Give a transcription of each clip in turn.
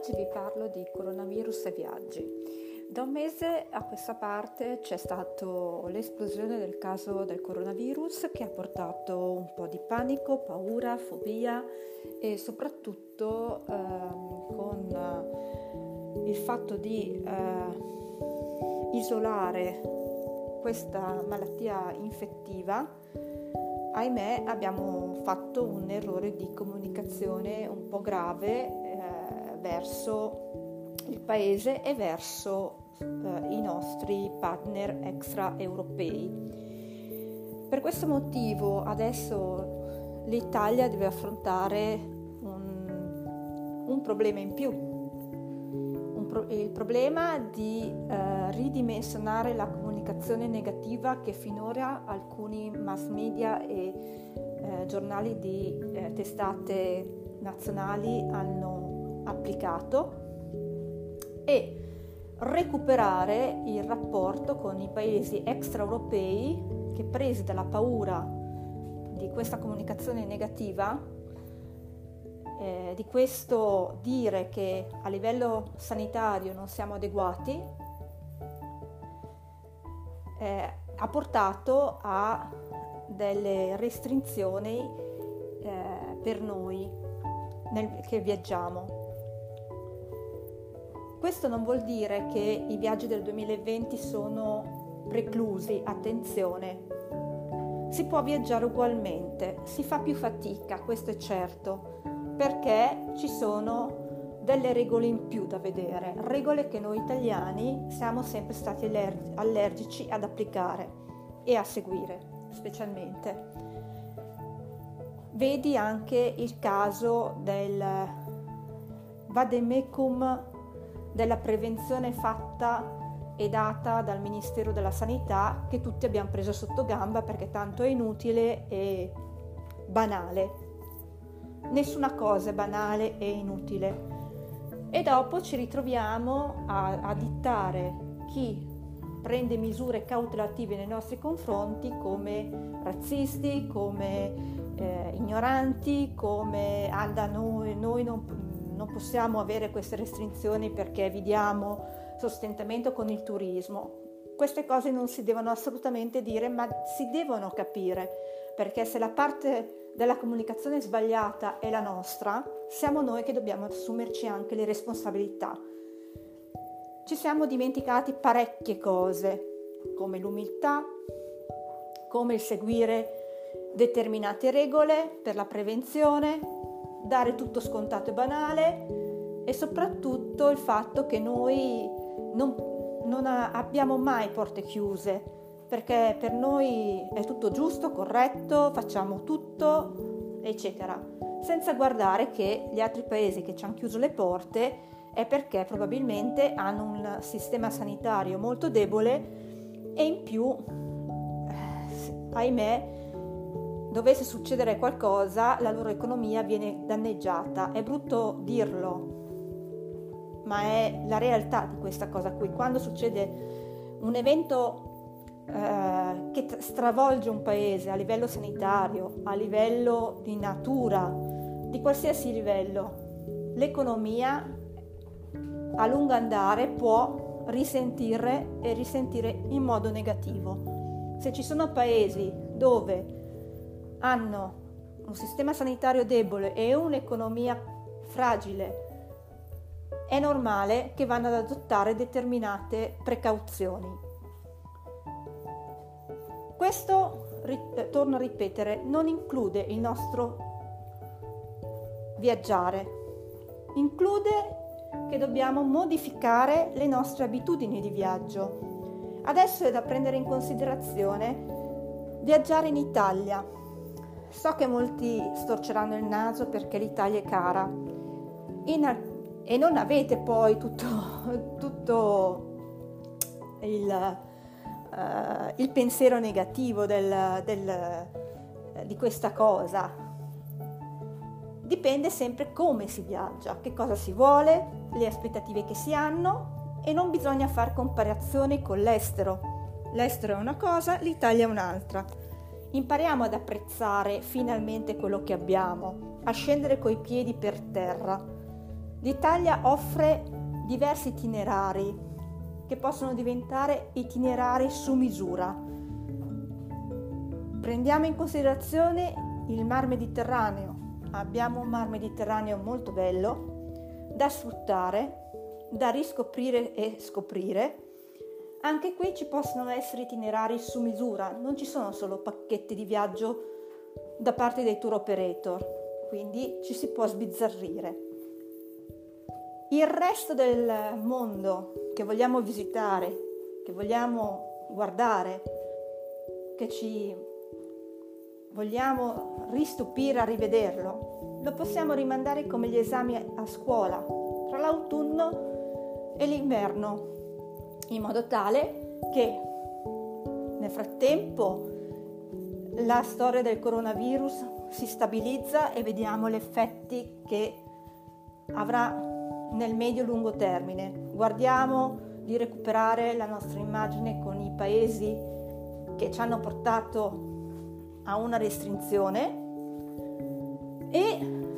Oggi vi parlo di coronavirus e viaggi. Da un mese a questa parte c'è stata l'esplosione del caso del coronavirus che ha portato un po' di panico, paura, fobia e soprattutto con il fatto di isolare questa malattia infettiva. Ahimè, abbiamo fatto un errore di comunicazione un po' grave verso il paese e verso i nostri partner extraeuropei. Per questo motivo adesso l'Italia deve affrontare un problema in più, il problema di ridimensionare la comunicazione negativa che finora alcuni mass media e giornali di testate nazionali hanno applicato e recuperare il rapporto con i paesi extraeuropei che, presi dalla paura di questa comunicazione negativa, di questo dire che a livello sanitario non siamo adeguati, ha portato a delle restrizioni per noi che viaggiamo. Questo non vuol dire che i viaggi del 2020 sono preclusi, attenzione, si può viaggiare ugualmente, si fa più fatica, questo è certo, perché ci sono delle regole in più da vedere, regole che noi italiani siamo sempre stati allergici ad applicare e a seguire, specialmente. Vedi anche il caso del vademecum, della prevenzione fatta e data dal Ministero della Sanità, che tutti abbiamo preso sotto gamba perché tanto è inutile e banale. Nessuna cosa è banale e inutile. E dopo ci ritroviamo a dittare chi prende misure cautelative nei nostri confronti come razzisti, come ignoranti, come da noi non possiamo avere queste restrizioni perché vi diamo sostentamento con il turismo. Queste cose non si devono assolutamente dire, ma si devono capire, perché se la parte della comunicazione sbagliata è la nostra, siamo noi che dobbiamo assumerci anche le responsabilità. Ci siamo dimenticati parecchie cose, come l'umiltà, come il seguire determinate regole per la prevenzione, dare tutto scontato e banale, e soprattutto il fatto che noi non abbiamo mai porte chiuse, perché per noi è tutto giusto, corretto, facciamo tutto, eccetera, senza guardare che gli altri paesi che ci hanno chiuso le porte è perché probabilmente hanno un sistema sanitario molto debole e in più, ahimè, dovesse succedere qualcosa, la loro economia viene danneggiata. È brutto dirlo, ma è la realtà di questa cosa qui. Quando succede un evento che stravolge un paese a livello sanitario, a livello di natura, di qualsiasi livello, l'economia a lungo andare può risentire in modo negativo. Se ci sono paesi dove hanno un sistema sanitario debole e un'economia fragile, è normale che vanno ad adottare determinate precauzioni. Questo, torno a ripetere, non include il nostro viaggiare, include che dobbiamo modificare le nostre abitudini di viaggio. Adesso è da prendere in considerazione viaggiare in Italia. So che molti storceranno il naso perché l'Italia è cara e non avete poi tutto il pensiero negativo di questa cosa. Dipende sempre come si viaggia, che cosa si vuole, le aspettative che si hanno, e non bisogna fare comparazioni con l'estero. L'estero è una cosa, l'Italia è un'altra. Impariamo ad apprezzare finalmente quello che abbiamo, a scendere coi piedi per terra. L'Italia offre diversi itinerari che possono diventare itinerari su misura. Prendiamo in considerazione il Mar Mediterraneo. Abbiamo un Mar Mediterraneo molto bello da sfruttare, da riscoprire e scoprire. Anche qui ci possono essere itinerari su misura, non ci sono solo pacchetti di viaggio da parte dei tour operator, quindi ci si può sbizzarrire. Il resto del mondo che vogliamo visitare, che vogliamo guardare, che ci vogliamo ristupire a rivederlo, lo possiamo rimandare come gli esami a scuola, tra l'autunno e l'inverno, in modo tale che nel frattempo la storia del coronavirus si stabilizza e vediamo gli effetti che avrà nel medio-lungo termine. Guardiamo di recuperare la nostra immagine con i paesi che ci hanno portato a una restrizione e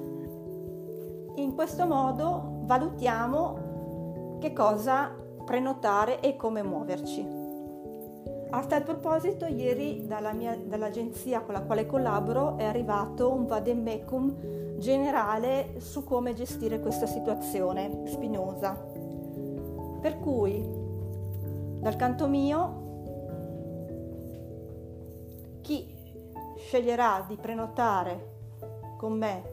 in questo modo valutiamo che cosa prenotare e come muoverci. A tal proposito, ieri dall'agenzia con la quale collaboro è arrivato un vademecum generale su come gestire questa situazione spinosa. Per cui, dal canto mio, chi sceglierà di prenotare con me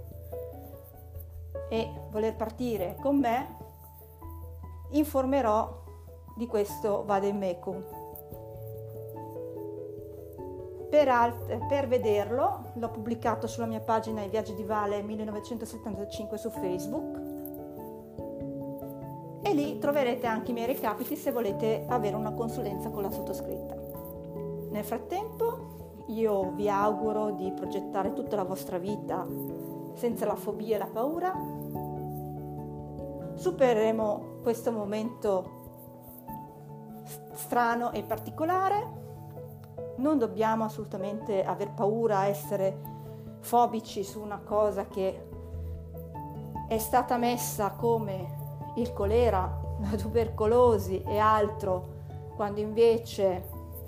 e voler partire con me, informerò di questo vademecum. Per vederlo l'ho pubblicato sulla mia pagina I Viaggi di Vale 1975 su Facebook e lì troverete anche i miei recapiti se volete avere una consulenza con la sottoscritta. Nel frattempo io vi auguro di progettare tutta la vostra vita senza la fobia e la paura. Supereremo questo momento strano e particolare. Non dobbiamo assolutamente aver paura, essere fobici su una cosa che è stata messa come il colera, la tubercolosi e altro, quando invece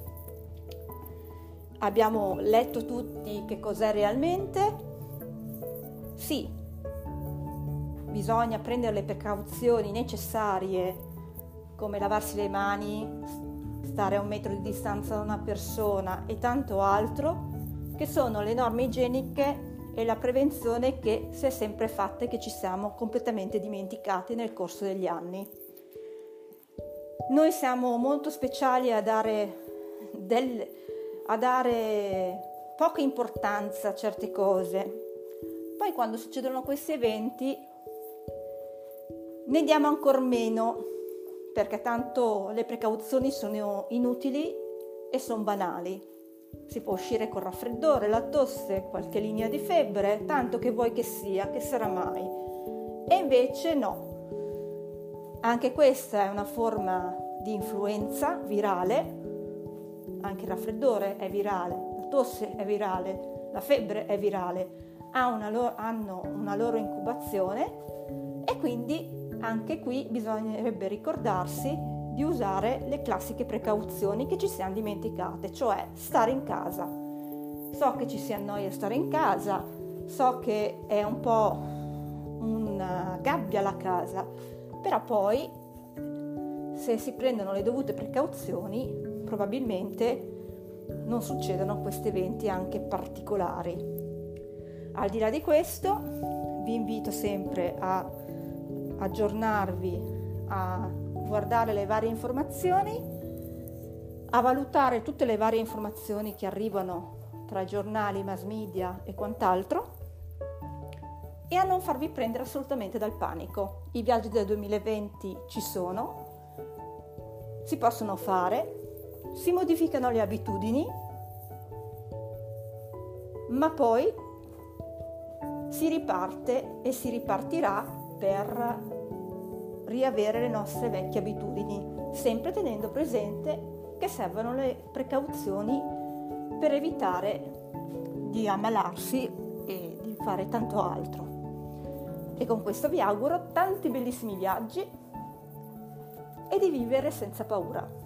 abbiamo letto tutti che cos'è realmente. Sì, bisogna prendere le precauzioni necessarie, come lavarsi le mani, stare a 1 metro di distanza da una persona e tanto altro, che sono le norme igieniche e la prevenzione che si è sempre fatta e che ci siamo completamente dimenticati nel corso degli anni. Noi siamo molto speciali a dare poca importanza a certe cose. Poi quando succedono questi eventi ne diamo ancor meno, perché tanto le precauzioni sono inutili e sono banali. Si può uscire col raffreddore, la tosse, qualche linea di febbre, tanto che vuoi che sia, che sarà mai. E invece no. Anche questa è una forma di influenza virale, anche il raffreddore è virale, la tosse è virale, la febbre è virale, hanno una loro incubazione e quindi anche qui bisognerebbe ricordarsi di usare le classiche precauzioni che ci siamo dimenticate, cioè stare in casa. So che ci si annoia stare in casa, so che è un po' una gabbia la casa, però poi se si prendono le dovute precauzioni probabilmente non succedono questi eventi anche particolari. Al di là di questo vi invito sempre a aggiornarvi, a guardare le varie informazioni, a valutare tutte le varie informazioni che arrivano tra giornali, mass media e quant'altro e a non farvi prendere assolutamente dal panico. I viaggi del 2020 ci sono, si possono fare, si modificano le abitudini, ma poi si riparte e si ripartirà per riavere le nostre vecchie abitudini, sempre tenendo presente che servono le precauzioni per evitare di ammalarsi e di fare tanto altro. E con questo vi auguro tanti bellissimi viaggi e di vivere senza paura.